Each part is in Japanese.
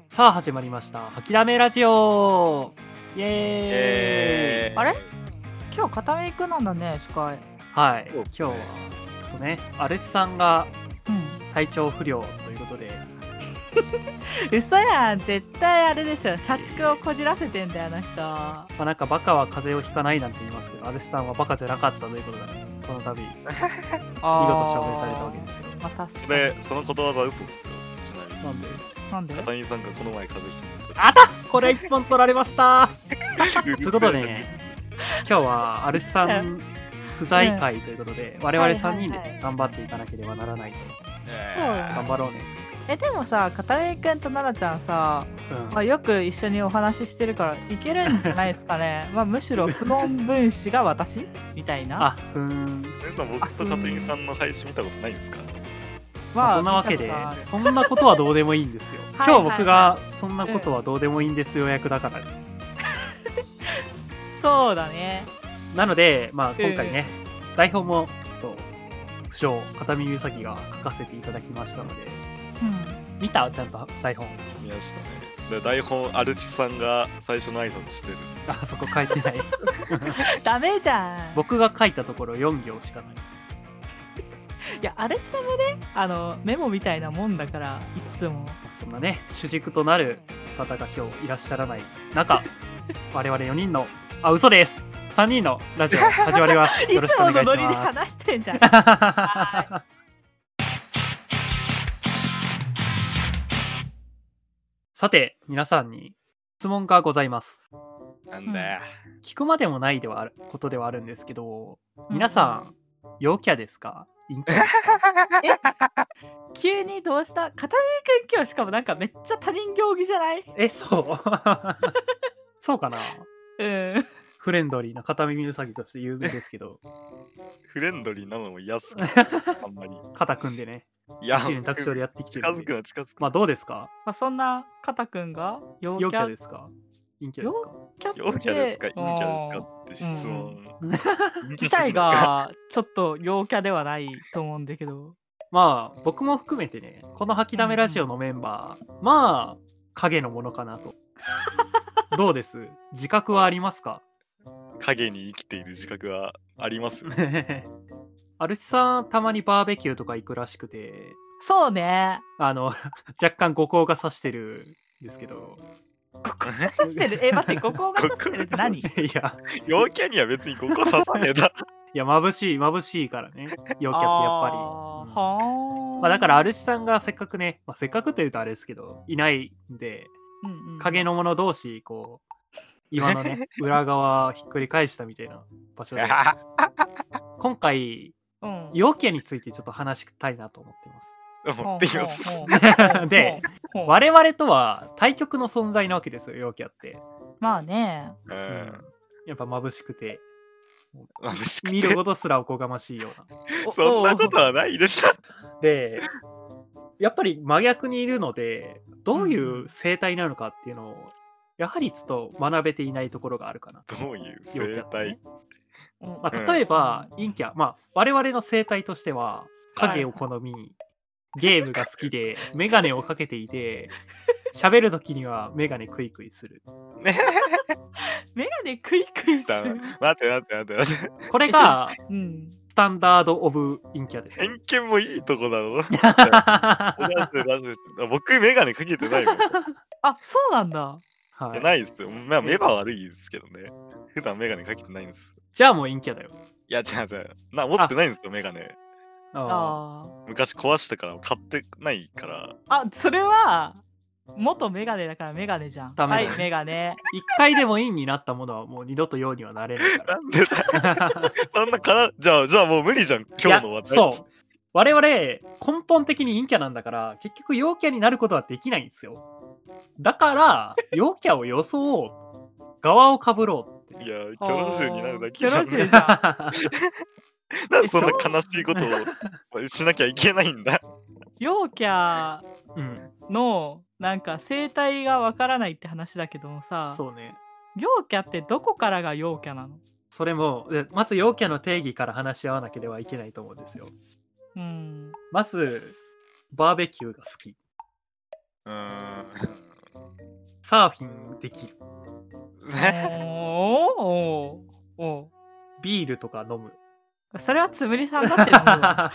さあ始まりました吐きだめラジオイエーイ、 あれ今日片目くんなんだね、司会。 はいそう今日はちょっとねアルチさんがうん。 体調不良ということで嘘やん、絶対あれでしょ。社畜をこじらせてんだよ、あの人。 まあなんかバカは風邪をひかないなんて言いますけどアルチさんはバカじゃなかったということがねこの度見事証明されたわけですよ。 まあ、確かに。 そのことわざ嘘っすよ。ちなみに。 なんでなんで片見さんがこの前風邪ひいあたこれ一本取られましたた。 ということでね今日はアルチさん不在会ということで我々3人で頑張っていかなければならないと。 そうよ頑張ろうね。 でもさ、片目くんと奈々ちゃんさ、 うんまあ、よく一緒にお話ししてるからいけるんじゃないですかね。まあ、むしろ不問分子が私みたいな。 あ皆さん、僕と片見さんの配信見たことないんですか？ まあそんなわけで見たことあるそんなことはどうでもいいんですよはい今日僕がそんなことはどうでもいいんですよ役だから、 そうだね。 なのでまあ今回ね、台本もちょっと不詳片耳うさぎが書かせていただきましたのでうん。 見たちゃんと台本見ましたね。で台本、アルチさんが最初の挨拶してる。 あそこ書いてないダメじゃん。 僕が書いたところ4行しかないいや、あれさもね、メモみたいなもんだから、いつも。 そんなね主軸となる方が今日いらっしゃらない中我々4人の嘘です3人のラジオ始まりますいよろしくおつものノリで願いします話してんじゃん。はさて皆さんに質問がございます。 なんだよ。 聞くまでもないではあることではあるんですけど皆さん陽キャですか陰キャですか急にどうした片目くん今日しかもなんかめっちゃ他人行儀じゃない？ そうそうかなうん。 フレンドリーな片耳うさぎとして有名ですけどフレンドリーなのも嫌っすね。あんまり。 肩組んでねいや、 一年卓勝でやってきて近るんでづくな、近づくな。 まあどうですかまあ、そんな片くんが陽陽キャキャですか陰キャですかキャって陽キャですか陰キャですかって質問。 自体がちょっと陽キャではないと思うんだけど。 まあ僕も含めてねこの吐きだめラジオのメンバーまあ影のものかなとどうです自覚はありますか影に生きている自覚はありますよ。 アルチさんたまにバーベキューとか行くらしくてそうね。 若干五光が差してるんですけどここが刺してる。待って、ここが刺してるって何？ いや陽キャには別にここ刺さねえだ。 いや眩しいからね陽キャってやっぱり、 はあ。 まあ、だからアルチさんがせっかくね、まあ、せっかくというとあれですけどいないんで影の者同士こう今のね裏側ひっくり返したみたいな場所で今回うん陽キャについてちょっと話したいなと思ってます思っています。 で我々とは対極の存在なわけですよ陽キャってまあね。 やっぱ眩しくて眩しくて見ることすらおこがましいようなそんなことはないでしょ。 でやっぱり真逆にいるのでどういう生態なのかっていうのをやはりちょっと学べていないところがあるかなどういう陽キャ生態ってねまあ、例えば陰キャまあ我々の生態としては影を好み、ゲームが好きでメガネをかけていて喋るときにはメガネクイクイするメガネクイクイする。 待って。 これがうん。 スタンダードオブ陰キャです偏見もいいとこだろ。僕、メガネかけてないもん。いあ、そうなんだ。 はいやないですよ。まあ、目は悪いですけどね。普段メガネかけてないんです。 じゃあもう陰キャだよいや、違う。持ってないんですよ、メガネ。 あ昔壊したから買ってないから。 あ、それは元メガネだからメガネじゃん。 ダメだはい、メガネ。 一回でも陰になったものはもう二度と陽にはなれないからなんでだそんなじゃあもう無理じゃん、今日の話題。 そう我々根本的に陰キャなんだから結局陽キャになることはできないんですよだから陽キャを装おう側をかぶろうっていや、キョロジュになるだけキョロじゃん。 ジュじゃん。 なんでそんな悲しいことをしなきゃいけないんだ。 陽キャうんのなんか生態がわからないって話だけどもさ、 そうね陽キャってどこからが陽キャなの？ それもまず陽キャの定義から話し合わなければいけないと思うんですよまずバーベキューが好きサーフィンできる。 おービールとか飲む。 それはつむりさんだって飲むわ。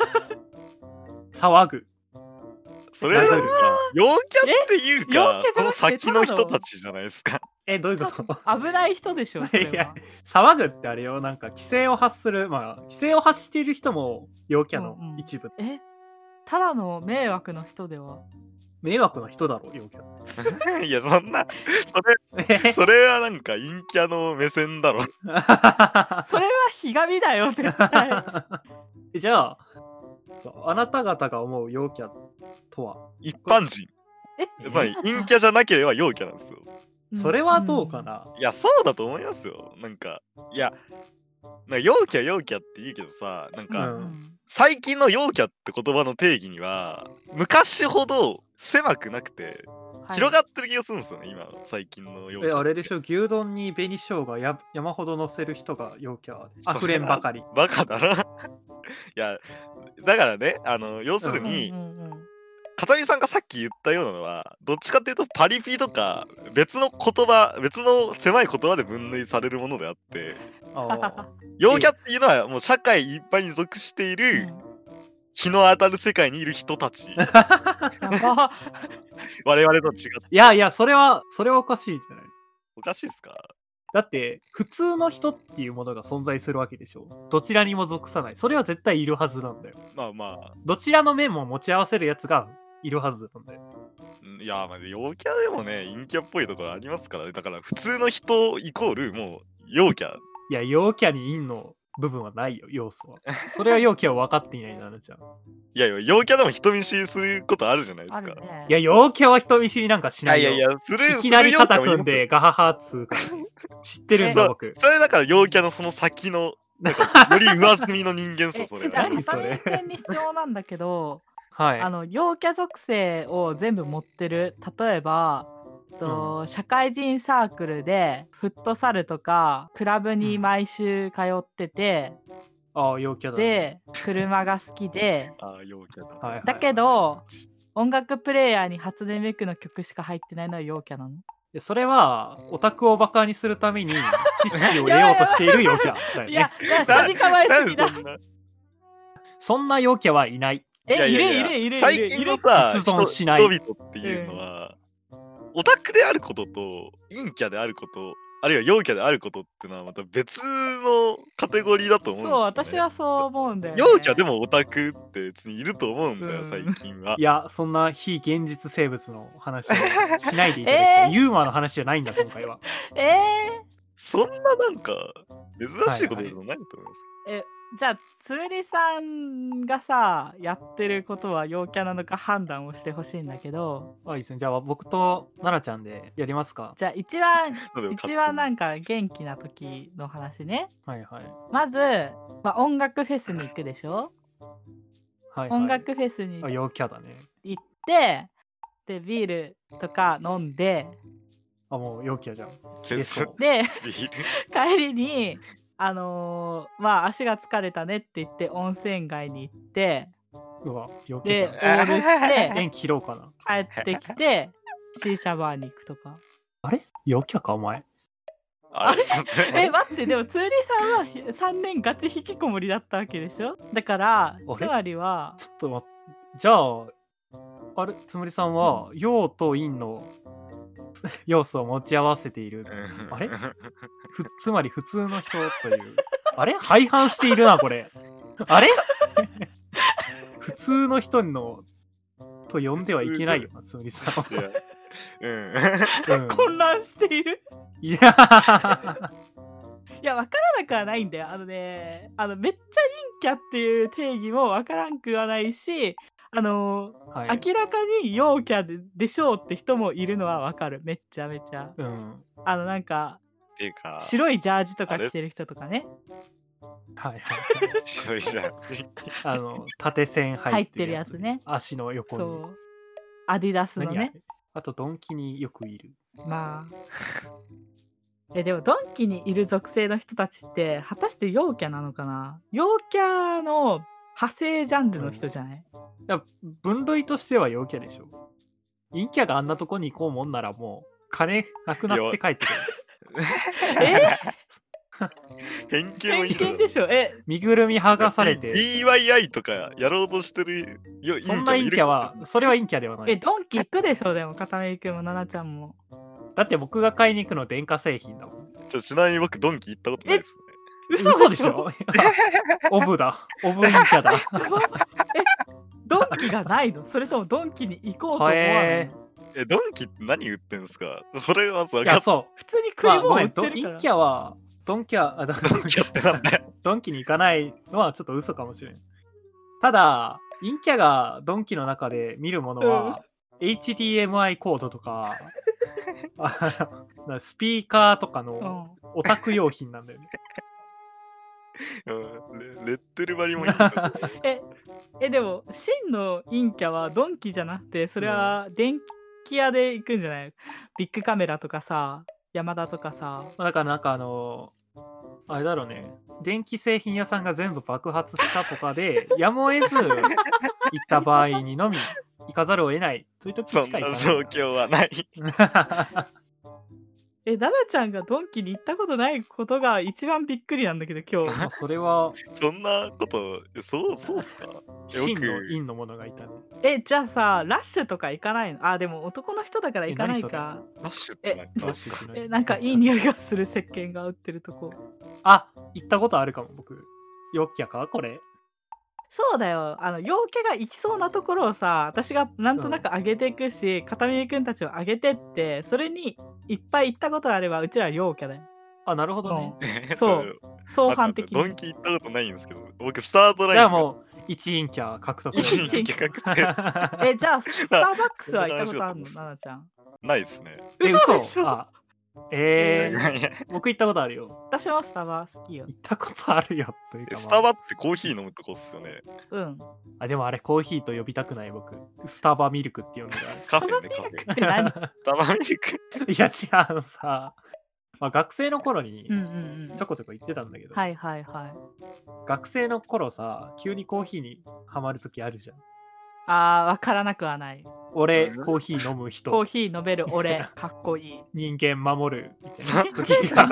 騒ぐ。 それはなんか陽キャっていうか、その陽キャじゃなくて先の人たちじゃないですか。 どういうこと危ない人でしょ、それは。 いや、騒ぐってあれよ、なんか規制を発する、規制を発している人も陽キャの一部。 ただの迷惑の人では。 迷惑な人だろ、陽キャ。 いや、そんな、それはなんか陰キャの目線だろ。 それはひがみだよ、絶対。 じゃあ、あなた方が思う陽キャとは一般人。つまり陰キャじゃなければ陽キャなんですよ。 それはどうかな。 いや、そうだと思いますよ。なんか、いや、陽キャって言うけどさ、なんか、最近の陽キャって言葉の定義には、昔ほど狭くなくて、広がってる気がするんですよね、今、最近の陽キャ。 あれでしょ、牛丼に紅生姜山ほど乗せる人が陽キャ。あふれんばかり。 バカだな。いや、だからね、要するに、片見さんがさっき言ったようなのは、どっちかっていうとパリピとか別の狭い言葉で分類されるものであって、陽キャっていうのはもう社会一般に属している日の当たる世界にいる人たち。我々と違って。 いや、それはおかしいじゃない。 おかしいですか？ だって普通の人っていうものが存在するわけでしょ。どちらにも属さない。それは絶対いるはずなんだよ。どちらの面も持ち合わせるやつがいるはずなんだよ。 いや、陽キャでもね、陰キャっぽいところありますからね。だから普通の人イコールもう陽キャ。 いや、陽キャに陰の部分はないよ、要素は。それは陽キャは分かっていないな、ちゃん。 いや、陽キャでも人見知りすることあるじゃないですか。 いや、陽キャは人見知りなんかしないよ。 いや、するいきなり肩組んでガハハっつうか知ってるんだ、僕。 それだから陽キャのその先の、なんかより上積みの人間層、それ。 じゃあ、片目線に必要なんだけど、 はい、 陽キャ属性を全部持ってる。例えば、社会人サークルでフットサルとかクラブに毎週通ってて、 陽キャだ、ね、 で車が好きで陽キャだ、 だけど音楽プレイヤーに初音ミクの曲しか入ってないのは陽キャなの？ それはオタクをバカにするために知識を得ようとしている陽キャだよね。 いや、下に構えすぎだ。 そんな陽キャはいない。 いる。 最近のさ、 人々 っていうのは、オタクであることと陰キャであること、あるいは陽キャであることっていうのはまた別のカテゴリーだと思うんですよね。 そう、私はそう思うんだよね。 陽キャでもオタクって別にいると思うんだよ、最近は。 いや、そんな非現実生物の話をしないでいただきたい。ユーモアの話じゃないんだ、今回は。 そんななんか珍しいことでもないと思います。 じゃあつむりさんがさやってることは陽キャなのか判断をしてほしいんだけど。 いいですね。じゃあ僕と奈々ちゃんでやりますか。 じゃあ一番なんか元気な時の話ね。まず、音楽フェスに行くでしょ。音楽フェスに陽キャだね。 行ってでビールとか飲んで、 もう陽キャじゃん。 で帰りに足が疲れたねって言って温泉街に行って、 陽キャじゃん。でオールして電気切ろうかな。 帰ってきてシーシャバーに行くとか。 あれ陽キャかお前。 待って、でもつむりさんは3年ガチ引きこもりだったわけでしょ。だからつまりはちょっと待って、じゃあつむりさんは陽と陰の要素を持ち合わせている。あれつまり普通の人という。あれ廃反しているな、これ。あれ普通の人のと呼んではいけないよな、つむりさんは。 混乱している。 いや、 分からなくはないんだよ。めっちゃ陰キャっていう定義も分からんくはないし、明らかに陽キャでしょうって人もいるのは分かる。めちゃめちゃ。なんか白いジャージとか着てる人とかね。 白いジャージ。 縦線入ってるやつね。 足の横に。そう。 アディダスのね。 あとドンキによくいる。 でもドンキにいる属性の人たちって果たして陽キャなのかな。陽キャの派生ジャンルの人じゃない？ いや、分類としては陽キャでしょ。陰キャがあんなとこに行こうもんならもう金なくなって帰ってくる。 偏見を偏見でしょ。 身ぐるみ剥がされて。 DIY とかやろうとしてるよ。 そんな陰キャは、それは陰キャではない。 ドンキ行くでしょ、でも、片目くんも、ななちゃんも。 だって僕が買いに行くの電化製品だもん。 ちなみに僕、ドンキ行ったことないですね。 嘘でしょオブだ。オブ陰キャだ。 ドンキがないの？それともドンキに行こうと思わないの？ ドンキって何売ってんすか？それはさ、 いや、そう。 普通に食い物売ってるから。 陰キャは、ドンキャってなんだよ。 ドンキに行かないのはちょっと嘘かもしれん。ただ、陰キャがドンキの中で見るものは、HDMI コードとか、スピーカーとかのオタク用品なんだよね。 レッテル張りもいいんだ。 でも真の陰キャはドンキじゃなくて、それは電気屋で行くんじゃない？ビッグカメラとかさ、ヤマダとかさ。 だからなんかあれだろうね、電気製品屋さんが全部爆発したとかでやむを得ず行った場合にのみ行かざるを得ないという時しか行かない。 そんな状況はない。 ダナちゃんがドンキに行ったことないことが一番びっくりなんだけど、今日。 それはそんなことそうっすか？ 真の陰のものがいたね。 じゃあさ、ラッシュとか行かないの？でも男の人だから行かないか。 ラッシュって何？なんかいい匂いがする石鹸が売ってるとこ。 行ったことあるかも、僕。陽キャかこれ。 そうだよ。陽キャが行きそうなところをさ、私がなんとなく上げていくし、片見くんたちを上げてって、それにいっぱい行ったことがあれば、うちらは陽キャだよ。 なるほどね。 そう。相反的に。 ドンキ行ったことないんですけど、僕スタートライン。 じゃあもう、1陰キャ獲得。 1陰キャ獲得。 じゃあ、スターバックスは行ったことあるの？ななちゃん。 ないっすね。 嘘でしょ？ 僕行ったことあるよ。 私はスタバ好きよ。 行ったことあるよというか、 スタバってコーヒー飲むとこっすよね。 でもあれコーヒーと呼びたくない僕。スタバミルクって呼んでる。 カフェね、カフェ。 って何？ スタバミルク。 いや違うさ。学生の頃にちょこちょこ行ってたんだけど、学生の頃さ、急にコーヒーにハマるときあるじゃん。 わからなくはない。 俺、コーヒー飲む人。 コーヒー飲める俺、かっこいい。 人間守るみたいな時が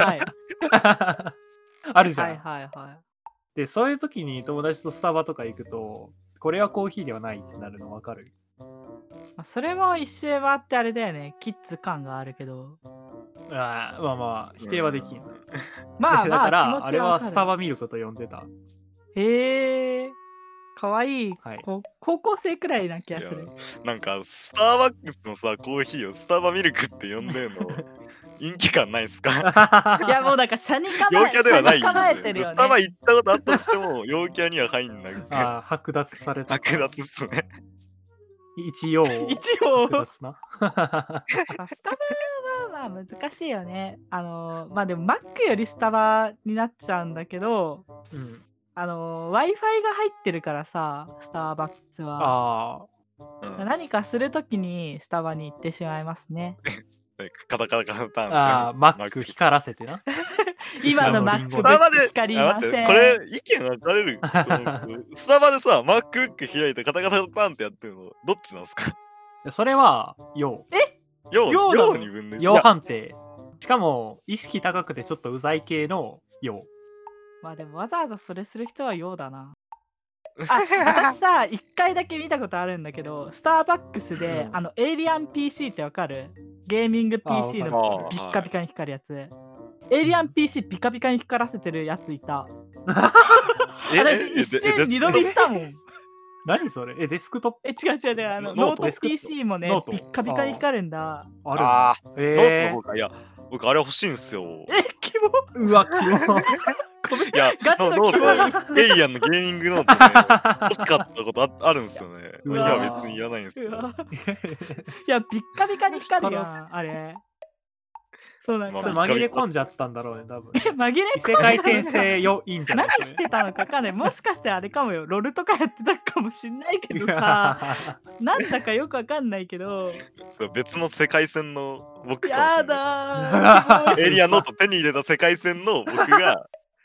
あるじゃん。で、そういう時に友達とスタバとか行くと、これはコーヒーではないってなるの分かる？ それも一周回ってあれだよね。キッズ感があるけど。 まあ、否定はできん。 だから、あれはスタバミルクと呼んでた。 へえ。かわいい、高校生くらいな気がする。 なんかスターバックスのさコーヒーをスタバミルクって呼んでんの陰気感ないっすか？ いやもうなんか車に陽キャではないんで、 スタバ行ったことあったとしても陽キャには入んなくて。 剥奪された。 剥奪っすね。 一応剥奪な。 スタバは難しいよね。でもマックよりスタバになっちゃうんだけど、Wi-Fi が入ってるからさ、スターバックスは。何かするときにスタバに行ってしまいますね。 カタカタカタマック光らせてな。 今のマックスタバで光りません。 これ意見分かれる。スタバでさ、マック開いてカタカタパンってやってるのどっちなんすか？ それは陽。 陽に分類。 陽判定。しかも意識高くてちょっとうざい系の陽。 でもわざわざそれする人は陽だな。私さ、1回だけ見たことあるんだけど、スターバックスで、エイリアン PC ってわかる？ゲーミング PC のピッカピカに光るやつ。エイリアン PC ピカピカに光らせてるやついた。私一瞬二度見したもん。 何それ？デスクトップ？ 違うノート PC もね、ピッカピカに光るんだ。 ノートの方が、いや、僕あれ欲しいんすよ。 キモ。 うわ、キモ。 いや、ノート、エイリアンのゲーミングノートね、欲しかったことあるんですよね。いや、別にいらないんですけど。 いや、ピッカピカに光るやん、あれ。そうなんです。 紛れ込んじゃったんだろうね、多分。 紛れ込ん異世界転生よ、いいんじゃない？ 何してたのかわかんない。もしかしてあれかもよ。ロルとかやってたかもしんないけどさ、なんだかよくわかんないけど。 別の世界線の僕と。 やだー。 エイリアンノート手に入れた世界線の僕が、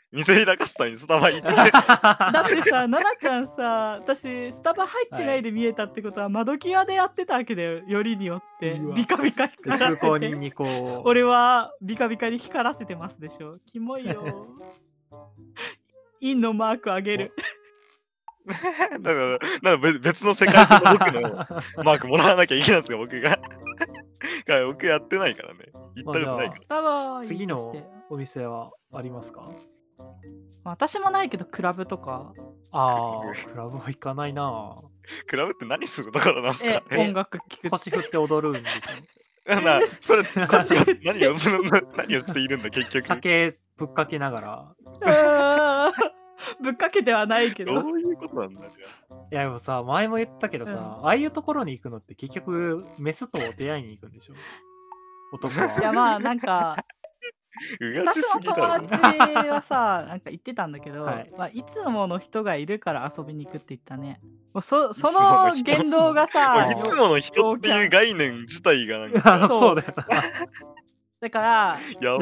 店開かすためにスタバ行って。 だってさ、ななちゃんさ、私、スタバ入ってないで見えたってことは、窓際でやってたわけだよ、よりによって。ビカビカ光らせて。 通行人にこう。 俺はビカビカに光らせてますでしょ。キモいよ。インのマークあげる。 だから別の世界線の僕のマークもらわなきゃいけないんですか、僕が。僕やってないからね。行ったことないから。 スタバ次のお店はありますか？ 私もないけど、クラブとか。 ああ、クラブは行かないな。 クラブって何するところなんすか？ 音楽聴く。 腰振って踊るんですよ。 それ何をしているんだ、結局。 酒ぶっかけながら。 ぶっかけてはないけど。 どういうことなんだよ。 いやでもさ、前も言ったけどさ、ああいうところに行くのって結局メスと出会いに行くんでしょ、男は。 いやまあなんか私の友達はさ、なんか言ってたんだけど、いつもの人がいるから遊びに行くって言ったね。その言動がさ、 いつもの人っていう概念自体がなんかそうだよな。 だから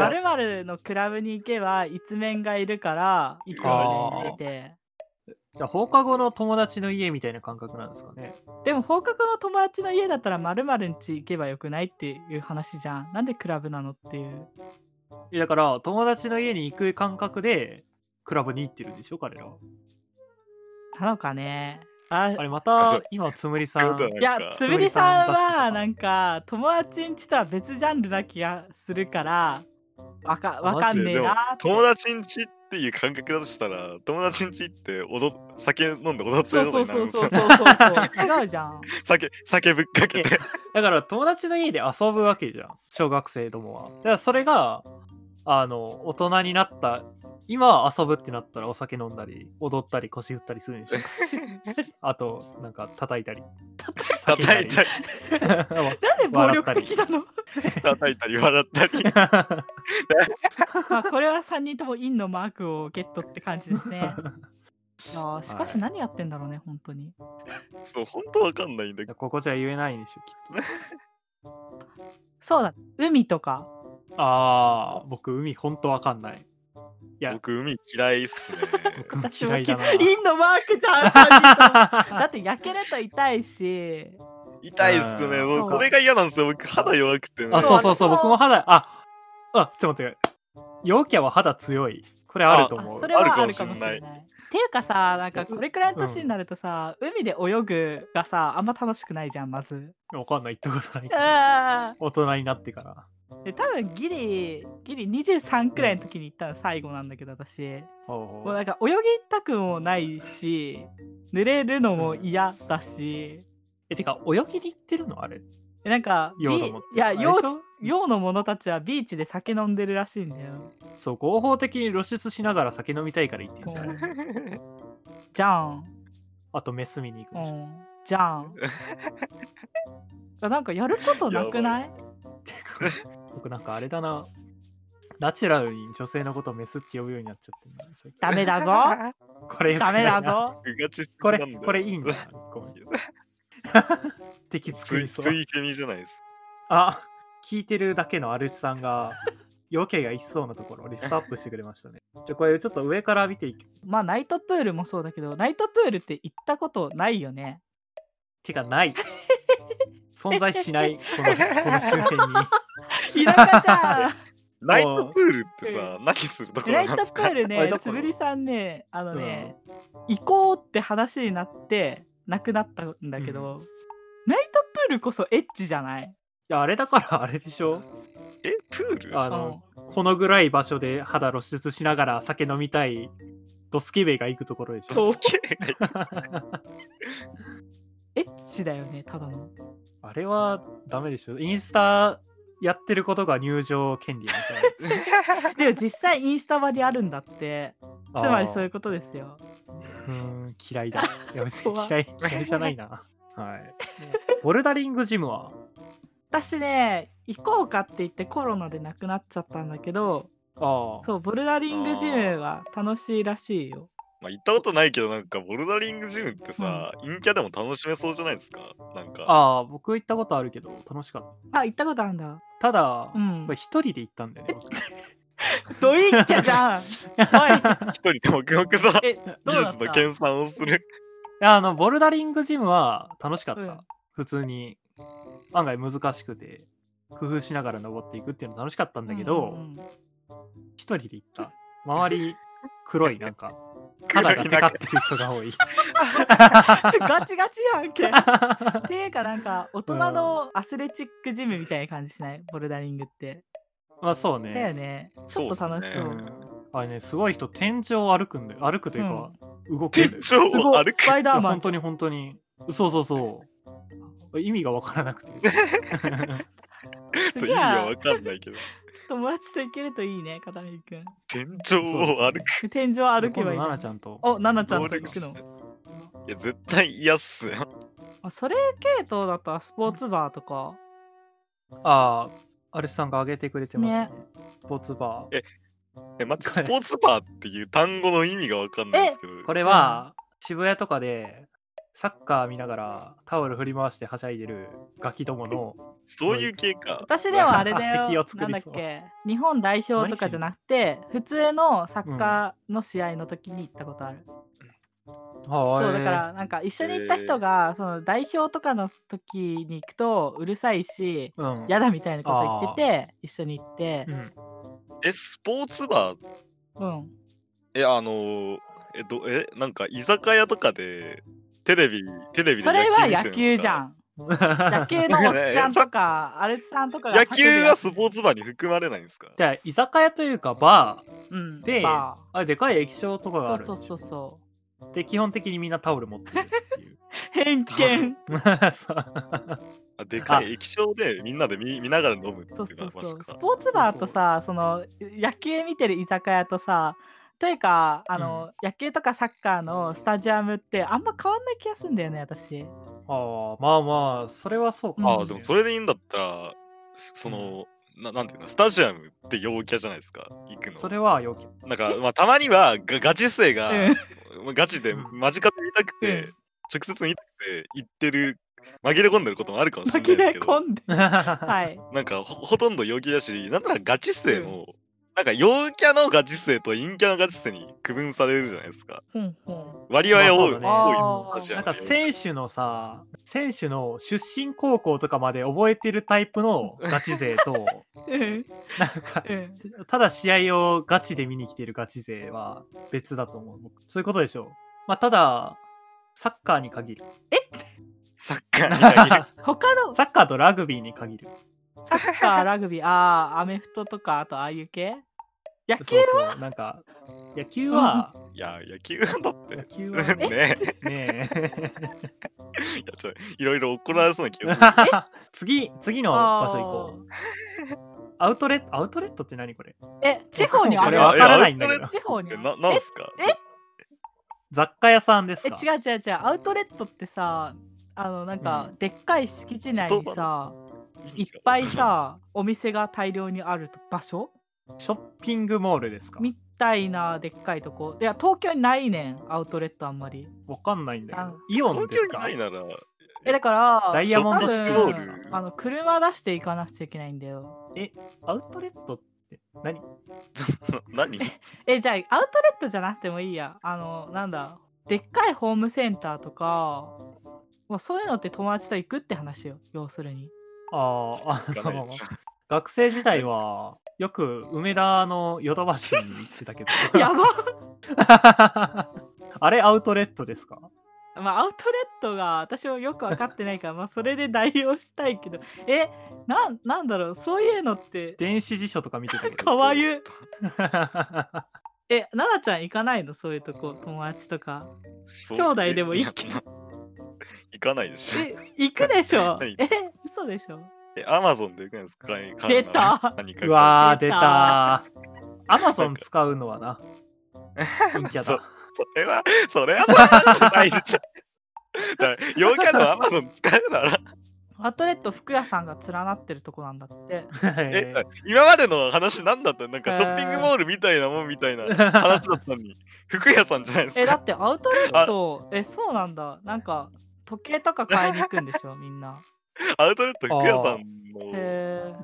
〇〇のクラブに行けば一面がいるから行くみたいに言ってて。 じゃあ放課後の友達の家みたいな感覚なんですかね。 でも放課後の友達の家だったら〇〇ん家行けばよくないっていう話じゃん。なんでクラブなのっていう。 だから友達の家に行く感覚でクラブに行ってるんでしょ、彼らは。 なのかね。 あれまた今つむりさん。 いや、つむりさんはなんか友達ん家とは別ジャンルな気がするからわかんねえな。 友達ん家っていう感覚だとしたら、友達ん家って酒飲んで踊ってるのになるんですよ。 違うじゃん。 酒ぶっかけて。 だから友達の家で遊ぶわけじゃん、小学生どもは。だからそれが大人になった今は遊ぶってなったらお酒飲んだり踊ったり腰振ったりするんでしょ。あとなんか叩いたり叩いたりなんで暴力的なの？ 叩いたり笑ったりまあこれは3人ともインのマークをゲットって感じですね。しかし何やってんだろうね、本当に。 そう、本当わかんないんだけど。 ここじゃ言えないんでしょ、きっと。 そうだ、海とか。 僕海ほんとわかんない。 いや僕海嫌いっすね。 僕嫌いだな。 インのマークじゃん。だって焼けると痛いし。 痛いっすね。もうこれが嫌なんですよ。僕肌弱くてね。 そう僕も肌ちょっと待って。陽キャは肌強い。これあると思う。 それはあるかもしれない。っていうかさ、なんかこれくらいの年になるとさ、海で泳ぐがさ、あんま楽しくないじゃん、まず。 わかんない、言ったことない。大人になってから。 で多分ギリ23くらいの時に行ったの最後なんだけど、私もうなんか泳ぎたくもないし濡れるのも嫌だし、 てか泳ぎに行ってるのあれなんか洋の者たちはビーチで酒飲んでるらしいんだよ。 そう、合法的に露出しながら酒飲みたいから行ってるじゃん。 じゃん。 あとメス見に行くじゃん。なんかやることなくない？ 僕なんかあれだな、ナチュラルに女性のことをメスって呼ぶようになっちゃってるんだ。 ダメだぞ。 これダメだぞ。 これいいんだ。敵作りそう。 ついてみじゃないです。 聞いてるだけのアルチさんが余計がいしそうなところをリストアップしてくれましたね。これちょっと上から見ていく。 まあナイトプールもそうだけど、ナイトプールって行ったことないよね。 てかない。存在しないこの周辺に。 日高ちゃん。 ナイトプールってさ、何するところなんですか？ ナイトプールね、つぶりさんね、行こうって話になってなくなったんだけど、ナイトプールこそエッチじゃない？ いや、あれだからあれでしょ？ プール？ このぐらい場所で肌露出しながら酒飲みたいドスケベが行くところでしょ？ エッチだよね、ただの。 あれはダメでしょ。インスタやってることが入場権利なんじゃない？ でも実際インスタ場にあるんだって。つまりそういうことですよ。 嫌いだ。いや別に嫌いじゃないな。はい。ボルダリングジムは？ 私ね、行こうかって言ってコロナでなくなっちゃったんだけど、そうボルダリングジムは楽しいらしいよ。 まあ行ったことないけど、なんかボルダリングジムってさ、陰キャでも楽しめそうじゃないですか。なんか僕行ったことあるけど楽しかった。 行ったことあるんだ。 ただ、一人で行ったんだよね。 ドインキャじゃん。おい。 一人黙々とど技うだった術の研鑽をする。 いや、ボルダリングジムは楽しかった。 うん普通に案外難しくて工夫しながら登っていくっていうの楽しかったんだけど、一人で行った。周り黒いなんか肌がテカってる人が多い。 ガチガチやんけ。ていうかなんか大人のアスレチックジムみたいな感じしない？ボルダリングって。 まあそうね。 だよね。ちょっと楽しそう。 あれね、すごい人天井を歩くんだよ。歩くというか、動く天井を歩く。 スパイダーマン。 本当に本当に。そう意味がわからなくて。 意味がわかんないけど。 友達と行けるといいね、片桐くん。 天井を歩く。 天井を歩けばいい。 ナナちゃんと。 ナナちゃんと行くの。 いや、絶対嫌っすよ。 それ系統だったらスポーツバーとか。 アレスさんが挙げてくれてますね。スポーツバー。待って、スポーツバーっていう単語の意味がわかんないですけど。 これは、渋谷とかで、サッカー見ながらタオル振り回してはしゃいでるガキどものそういう系か。 私ではあれだよ。なんだっけ、日本代表とかじゃなくて普通のサッカーの試合の時に行ったことある。そうだからなんか一緒に行った人がその代表とかの時に行くとうるさいし嫌だみたいなこと言ってて一緒に行って。 スポーツバー？なんか居酒屋とかでテレビでそれは野球じゃん。野球のおっちゃんとかアレツさんとかが野球はスポーツバーに含まれないんですか？ じゃあ居酒屋というかバーで、でかい液晶とかがある。そうで基本的にみんなタオル持ってるっていう偏見。 でかい液晶でみんなで 見ながら飲むっていうのはスポーツバーとさ、その野球見てる居酒屋とさ、というか野球とかサッカーのスタジアムってあんま変わんない気がするんだよね、私。 まあそれはそうか。 でもそれでいいんだったらそのなんていうの、スタジアムって陽キャじゃないですか、行くの。 それは陽キャ。 なんかたまにはガチ勢がガチで間近で見たくて直接見たくて行ってる、紛れ込んでることもあるかもしれないですけど、なんかほとんど陽キャだし、なんならガチ勢もなんか陽キャのガチ勢と陰キャのガチ勢に区分されるじゃないですか。割合多い。 なんか選手の出身高校とかまで覚えてるタイプのガチ勢となんかただ試合をガチで見に来てるガチ勢は別だと思う。そういうことでしょう。ただサッカーに限る。 サッカーに限る。 他のサッカーとラグビーに限る。 サッカー、ラグビー、アメフトとか、あとああいう系？野球はなんか野球は、 いや野球だって野球はねいろいろ怒られそうな気がする。次の場所行こう。アウトレットって何これ？ 地方にある？ これわからないんだけど。 地方になんすか？ 雑貨屋さんですか？ 違う。アウトレットってさ、なんかでっかい敷地内にさ、いっぱいさお店が大量にある場所？ ショッピングモールですか？ みたいなでっかいとこ。いや東京にないねん、アウトレットあんまり。 わかんないんだよ。イオンですか？ 東京にないならだからダイヤモンドシティール車出していかなくちゃいけないんだよ。 アウトレットって何？ 何？ じゃあアウトレットじゃなくてもいいや。なんだ、でっかいホームセンターとかそういうのって友達と行くって話よ、要するに。 学生時代はよく梅田のヨドバシに行ってたけどやばあれアウトレットですか？ アウトレットが私もよく分かってないからそれで代用したいけどなんだろう、そういうのって電子辞書とか見てたけどかわゆななちゃん行かないの？そういうとこ、友達とか兄弟でもいいけど行かないでしょ。 行くでしょ。嘘でしょ。 アマゾンで行くんですか？ 出た。 うわー出た。アマゾン使うのはな。陰キャだ。 それはそうないでしょ。陽キャのアマゾン使うなら。 アウトレット服屋さんが連なってるとこなんだって。 今までの話なんだった？なんかショッピングモールみたいなもんみたいな話だったのに服屋さんじゃないですか。 だってアウトレットそうなんだ。なんか時計とか買いに行くんでしょみんな。 アウトレット服屋さんの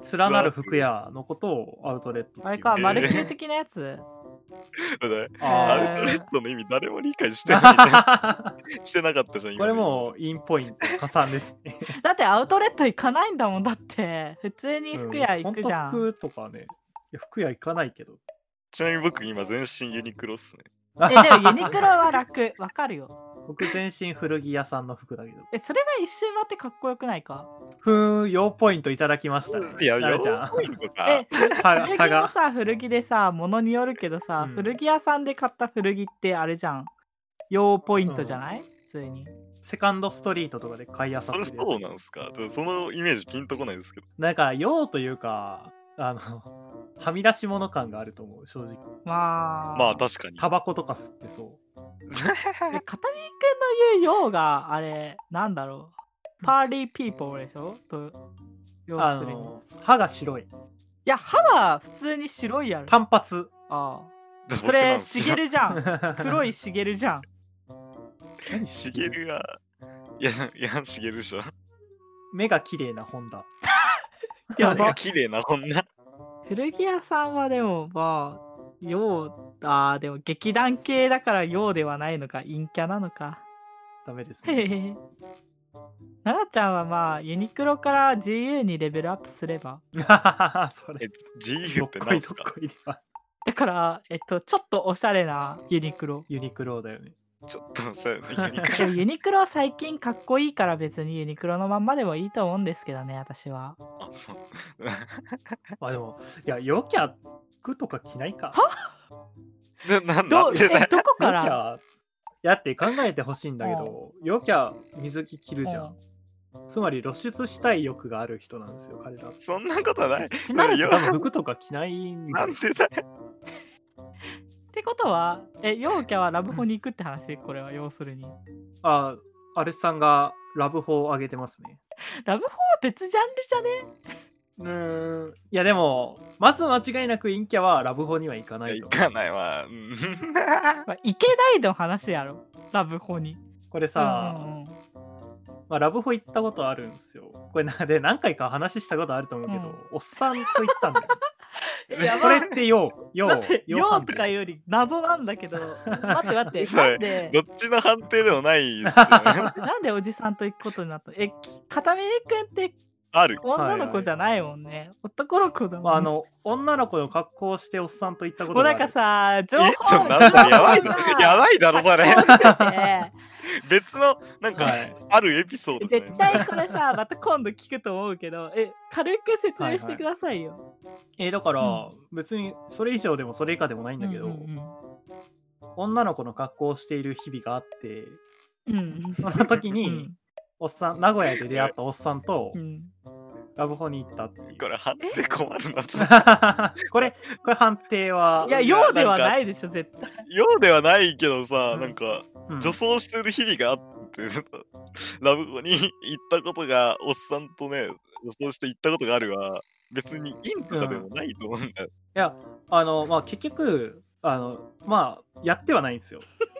連なる服屋のことをアウトレットっていう。 あれか、マルキュー的なやつアウトレットの意味誰も理解してないじゃん。してなかったじゃん、 これもうインポイント加算ですね。 だってアウトレット行かないんだもん。だって普通に服屋行くじゃん。 服とかね。いや服屋行かないけど。 ちなみに僕今全身ユニクロっすね。 でもユニクロは楽。わかるよ。 僕全身古着屋さんの服だけど。 それが一周回ってかっこよくないか？ 用ポイントいただきましたね。 いや、用ポイントか。 古着もさ、古着でさ、物によるけどさ、古着屋さんで買った古着ってあれじゃん。用ポイントじゃない？普通に。 セカンドストリートとかで買いやすい。 それそうなんすか？そのイメージピンとこないですけど。 なんか、用というか、はみ出し物感があると思う、正直。 まあ確かに。 タバコとか吸ってそう。 片見くんの言う用があれなんだろう、パーリーピーポーでしょと要するに歯が白い。いや、歯は普通に白いやろ。 単発。 ああ、それしげるじゃん。黒いしげるじゃん。 しげるがいやしげるでしょ。 目が綺麗な本田。 目が綺麗な本田。 古着屋さんはでもまあ陽でも劇団系だから陽ではないのか、陰キャなのか。 ダメですね。 ななちゃんはまあユニクロから GU にレベルアップすれば。 それ GU って何ですか？ だからちょっとおしゃれなユニクロ。 ユニクロだよね。 ちょっとおしゃれなユニクロ。 ユニクロ最近かっこいいから別にユニクロのまんまでもいいと思うんですけどね、私は。 あ、そう。 でも、いや、陽キャ服とか着ないか。 どこからやって考えてほしいんだけど、陽キャ水着着るじゃん。つまり露出したい欲がある人なんですよ、彼ら。 そんなことない。 なると多分服とか着ないんだよ。なんでだよ。 ってことは、陽キャはラブホに行くって話？これは要するに。 アルスさんがラブホを上げてますね。 ラブホは別ジャンルじゃね？いやでも、まず間違いなく陰キャはラブホには行かないと。 行かないわ。 行けないの話やろ、ラブホに。 これさ、ラブホ行ったことあるんですよ。これで何回か話したことあると思うけど、おっさんと行ったんだよ。これって陽とかより謎なんだけど、待ってなんでどっちの判定でもないですよね。 なんでおじさんと行くことになった？片目くんってある女の子じゃないもんね。男の子だもん、ね。 女の子の格好をしておっさんと行ったことがある。 もうなんかさ、情報やばいだろそれ。別のなんか、あるエピソード、 絶対これさ、また今度聞くと思うけど、軽く説明してくださいよ。 だから、別にそれ以上でもそれ以下でもないんだけど、女の子の格好をしている日々があって、その時に、おっさん、名古屋で出会ったおっさんと、ラブホに行ったっていう。 これ判定困るな。 これ判定は。 いや、陽ではないでしょ、絶対。 陽ではないけどさ、なんか、女装してる日々があって、ラブホに行ったことが、おっさんとね、女装して行ったことがあるわ。別に陰とかでもないと思うんだよ。 いや、結局、やってはないんですよ。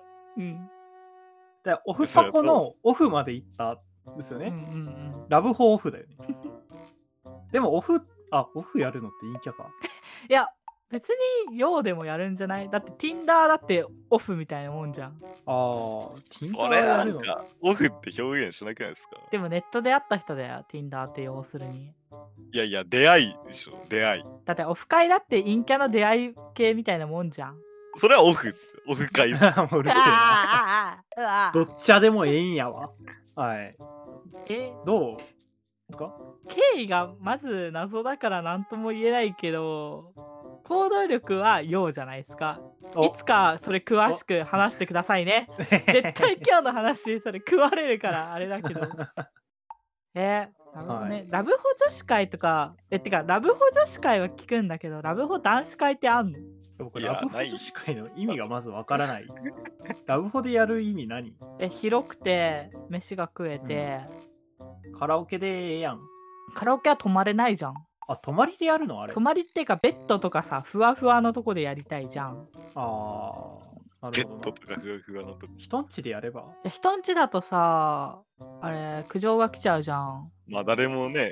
でオフパコのオフまで行ったんですよね。ラブホオフだよね。でもオフやるのって陰キャか。 いや、別に陽でもやるんじゃない？だって Tinder だってオフみたいなもんじゃん。 それなんかオフって表現しなくないですか？ でもネットで会った人だよ、Tinder って要するに。 いや、出会いでしょ、出会い。 だってオフ会だって陰キャの出会い系みたいなもんじゃん。 それはオフっす。オフ会っす。 もううるせえな。どっちゃでもええんやわ。はい。どうですか？ 経緯がまず謎だから何とも言えないけど、行動力は陽じゃないですか。いつかそれ詳しく話してくださいね。絶対今日の話それ食われるからあれだけど。なるほどね。ラブホ女子会とか、てかラブホ女子会は聞くんだけど、ラブホ男子会ってあんの？ 僕ラブホ女子会の意味がまずわからない。ラブホでやる意味何？ 広くて飯が食えて、 カラオケでええやん。 カラオケは泊まれないじゃん。 泊まりでやるのあれ？ 泊まりっていうかベッドとかさ、ふわふわのとこでやりたいじゃん。 ベッドとかふわふわのとこ。 人んちでやれば？ 人んちだとさ、あれ苦情が来ちゃうじゃん。 誰もね、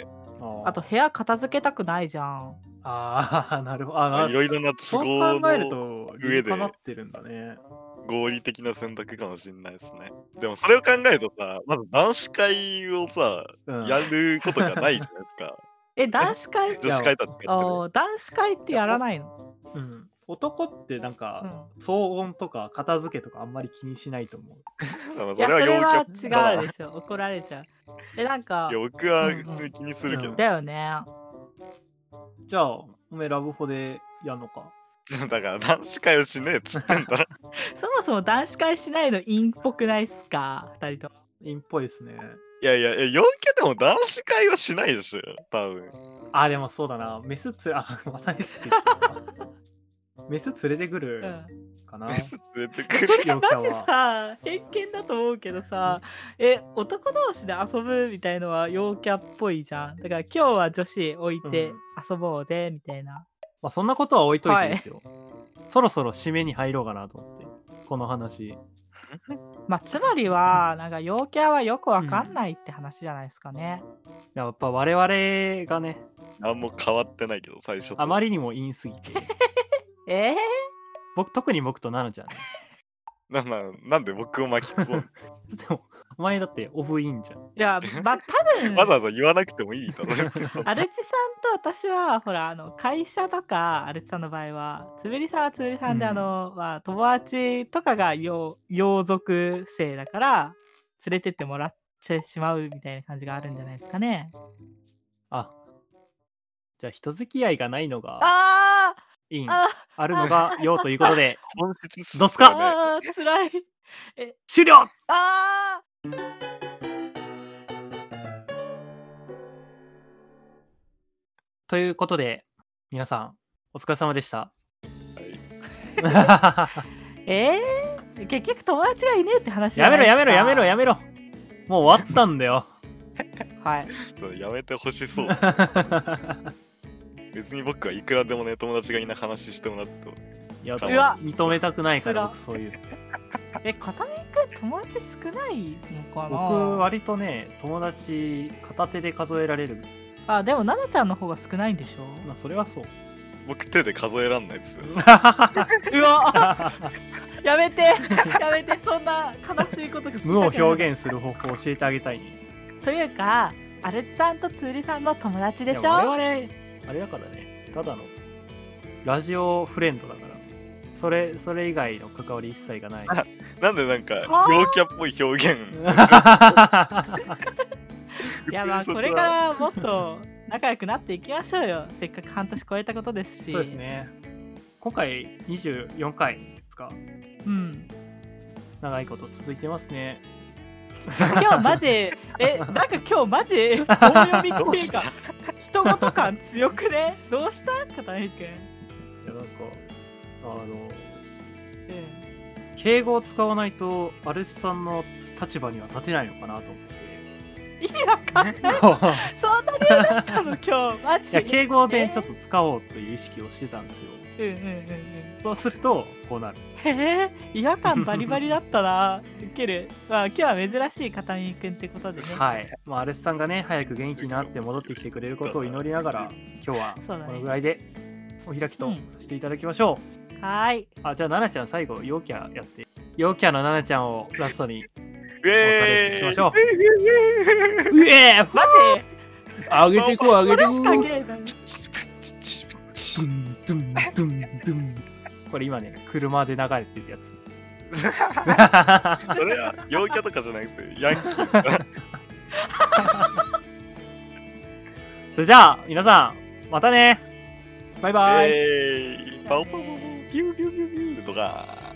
あと部屋片付けたくないじゃん。 ああ、なるほど。 いろいろな都合の上でかなってるんだね。 合理的な選択かもしれないですね。でもそれを考えるとさ、まず男子会をさ、やることがないじゃないですか。 男子会女子会たちがやってる。 男子会ってやらないの？ うん。男ってなんか、騒音とか片付けとかあんまり気にしないと思う。 いや、それは違うでしょ。怒られちゃう。なんか。 いや、僕は普通に気にするけど。 だよね。 じゃあ、おめえラブホでやんのか。 だから男子会をしねえっつってんだろ。 そもそも男子会しないの陰っぽくないっすか、2人とも。 陰っぽいですね。 いやいや、陽キャでも男子会はしないでしょ、多分。 あ、でもそうだな。メスまたメスって言っちゃった。メス連れてくるかな。 メス連れてくる。 それマジさ、偏見だと思うけどさ、男同士で遊ぶみたいのは陽キャっぽいじゃん。だから今日は女子置いて遊ぼうぜみたいな。 まあそんなことは置いといてですよ。そろそろ締めに入ろうかなと思って、この話。 まあつまりは、なんか陽キャはよくわかんないって話じゃないですかね。 やっぱ我々がね、 何も変わってないけど、最初と。 あまりにも言い過ぎて。特に僕とナナちゃんね。 なんで僕を巻き込むでも、お前だってオフインじゃん。いや、まあ多分わざわざ言わなくてもいいと思う。 アルチさんと私は、ほら、会社とか、アルチさんの場合は、つぶりさんはつぶりさんで、友達とかが洋族生だから、連れてってもらってしまうみたいな感じがあるんじゃないですかね。 じゃあ人付き合いがないのがいいあるのが陽ということで本質どうすか。 つらい。 終了。ということで皆さんお疲れ様でした。 結局友達がいねえって話じゃないですか。やめろもう終わったんだよ。 はいやめてほしそう。別に僕はいくらでもね、友達がいない話してもらって。 いや、認めたくないから僕そういう。 片目くん友達少ないのかな。 僕割とね、友達片手で数えられる。 でもナナちゃんの方が少ないんでしょ。 まあそれはそう。 僕手で数えらんないですよ。 うわやめてそんな悲しいこと聞きたくない。 無を表現する方法を教えてあげたいね。 というか、アルチさんとツーリさんの友達でしょ。 我々あれだからね、ただのラジオフレンドだから、それ以外の関わり一切がない。 なんでなんか陽キャっぽい表現いや、まあこれからもっと仲良くなっていきましょうよ。せっかく半年超えたことですし。 そうですね。今回24回ですか。長いこと続いてますね。 今日マジなんか今日マジ大読みっていうか人事感強くね。どうした片目くん。いやなんか敬語を使わないとアルシさんの立場には立てないのかなと思って。 意味わかんない。そんな理由だったの今日マジ。 いや敬語でちょっと使おうという意識をしてたんですよ。そうするとこうなる。 違和感バリバリだったな。ウケる。まあ今日は珍しい片見くんってことでね。 はい。まあアルシさんがね早く元気になって戻ってきてくれることを祈りながら今日はこのぐらいでお開きとさせていただきましょう。はい。 じゃあナナちゃん最後陽キャやって。陽キャのナナちゃんをラストにお別れしましょう。マジ上げてこう上げてこう。これ今ね車で流れてるやつ。 それは陽キャとかじゃなくてヤンキーですか。 それじゃあ皆さんまたね。バイバイ。 パオパオピューピューピューとか。